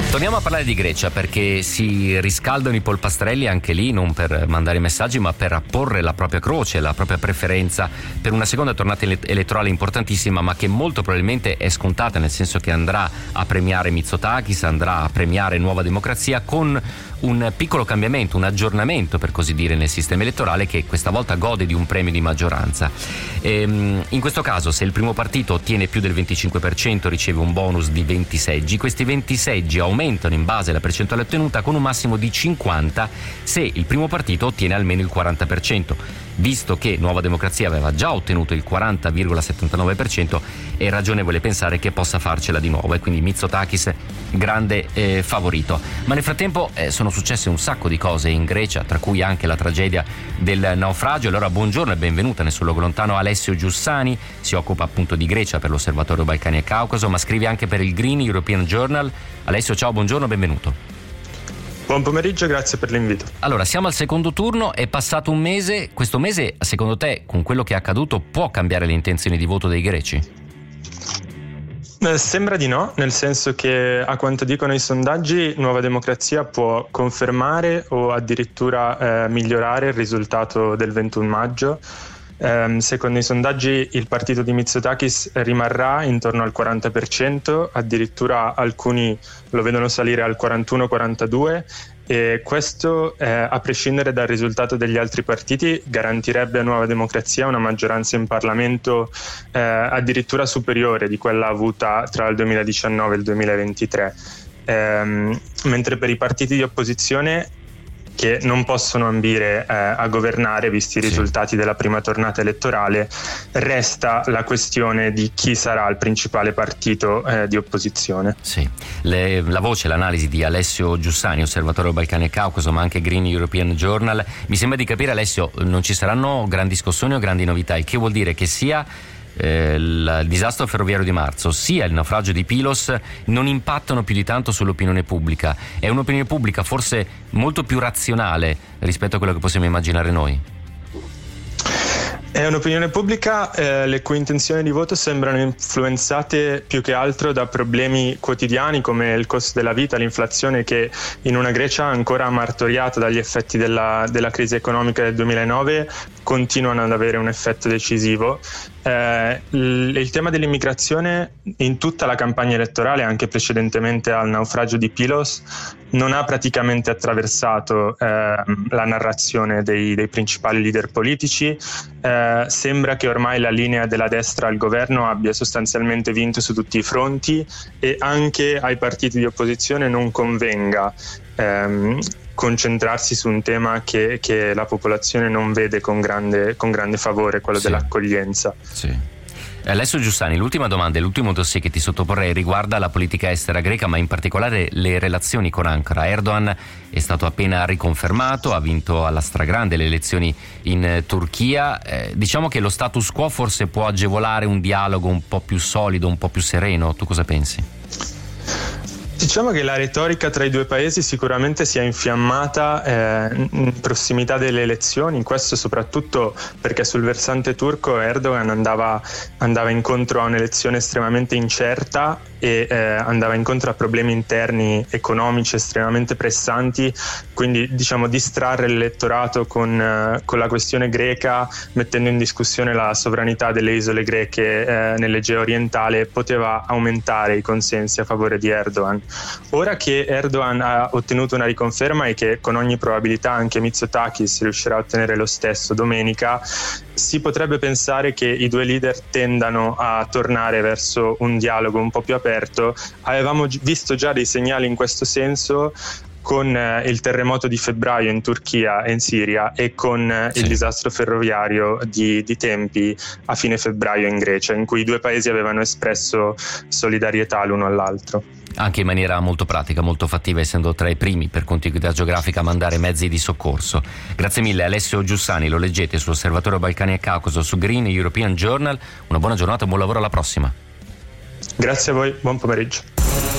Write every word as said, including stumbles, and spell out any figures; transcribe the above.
Torniamo a parlare di Grecia perché si riscaldano i polpastrelli anche lì, non per mandare messaggi ma per apporre la propria croce, la propria preferenza per una seconda tornata elettorale importantissima, ma che molto probabilmente è scontata, nel senso che andrà a premiare Mitsotakis, andrà a premiare Nuova Democrazia, con un piccolo cambiamento, un aggiornamento per così dire nel sistema elettorale, che questa volta gode di un premio di maggioranza. Ehm, in questo caso, se il primo partito ottiene più del venticinque per cento, riceve un bonus di venti seggi. Questi venti seggi aumentano in base alla percentuale ottenuta, con un massimo di cinquanta se il primo partito ottiene almeno il quaranta per cento. Visto che Nuova Democrazia aveva già ottenuto il quaranta virgola settantanove per cento, è ragionevole pensare che possa farcela di nuovo, e quindi Mitsotakis grande eh, favorito. Ma nel frattempo eh, sono successe un sacco di cose in Grecia, tra cui anche la tragedia del naufragio. Allora buongiorno e benvenuta nel suo luogo lontano Alessio Giussani, si occupa appunto di Grecia per l'Osservatorio Balcani e Caucaso, ma scrive anche per il Green European Journal. Alessio, ciao, buongiorno, benvenuto. Buon pomeriggio, grazie per l'invito. Allora, siamo al secondo turno, è passato un mese. Questo mese, secondo te, con quello che è accaduto, può cambiare le intenzioni di voto dei greci? Eh, sembra di no, nel senso che, a quanto dicono i sondaggi, Nuova Democrazia può confermare o addirittura eh, migliorare il risultato del ventuno maggio. Um, secondo i sondaggi il partito di Mitsotakis rimarrà intorno al quaranta per cento, addirittura alcuni lo vedono salire al quarantuno quarantadue, e questo eh, a prescindere dal risultato degli altri partiti garantirebbe a Nuova Democrazia una maggioranza in Parlamento eh, addirittura superiore di quella avuta tra il duemiladiciannove e il duemilaventitré, um, mentre per i partiti di opposizione, che non possono ambire eh, a governare visti i risultati sì. della prima tornata elettorale, resta la questione di chi sarà il principale partito eh, di opposizione. Sì. Le, la voce, l'analisi di Alessio Giussani, Osservatorio Balcani e Caucaso, ma anche Green European Journal. Mi sembra di capire, Alessio, non ci saranno grandi scossoni o grandi novità, il che vuol dire che sia Eh, il disastro ferroviario di marzo sia il naufragio di Pylos non impattano più di tanto sull'opinione pubblica. È un'opinione pubblica forse molto più razionale rispetto a quello che possiamo immaginare noi. È un'opinione pubblica eh, le cui intenzioni di voto sembrano influenzate più che altro da problemi quotidiani come il costo della vita, l'inflazione, che in una Grecia ancora martoriata dagli effetti della, della crisi economica del duemilanove continuano ad avere un effetto decisivo. Eh, il, il tema dell'immigrazione in tutta la campagna elettorale, anche precedentemente al naufragio di Pylos, non ha praticamente attraversato eh, la narrazione dei, dei principali leader politici. Eh, sembra che ormai la linea della destra al governo abbia sostanzialmente vinto su tutti i fronti, e anche ai partiti di opposizione non convenga ehm, concentrarsi su un tema che, che la popolazione non vede con grande, con grande favore, quello sì. dell'accoglienza. Sì. Alessio Giussani, l'ultima domanda e l'ultimo dossier che ti sottoporrei riguarda la politica estera greca, ma in particolare le relazioni con Ankara. Erdogan è stato appena riconfermato, ha vinto alla stragrande le elezioni in Turchia. Eh, diciamo che lo status quo forse può agevolare un dialogo un po' più solido, un po' più sereno. Tu cosa pensi? Diciamo che la retorica tra i due paesi sicuramente si è infiammata eh, in prossimità delle elezioni, questo soprattutto perché sul versante turco Erdogan andava, andava incontro a un'elezione estremamente incerta e eh, andava incontro a problemi interni economici estremamente pressanti, quindi diciamo distrarre l'elettorato con, eh, con la questione greca, mettendo in discussione la sovranità delle isole greche eh, nell'Egeo orientale, poteva aumentare i consensi a favore di Erdogan. Ora che Erdogan ha ottenuto una riconferma e che con ogni probabilità anche Mitsotakis riuscirà a ottenere lo stesso domenica, si potrebbe pensare che i due leader tendano a tornare verso un dialogo un po' più aperto. Avevamo visto già dei segnali in questo senso con eh, il terremoto di febbraio in Turchia e in Siria, e con eh, sì. il disastro ferroviario di, di Tempi a fine febbraio in Grecia, in cui i due paesi avevano espresso solidarietà l'uno all'altro. Anche in maniera molto pratica, molto fattiva, essendo tra i primi per contiguità geografica a mandare mezzi di soccorso. Grazie mille Alessio Giussani, lo leggete sull'Osservatorio Balcani e Caucaso, su Green European Journal. Una buona giornata e buon lavoro, alla prossima. Grazie a voi, buon pomeriggio.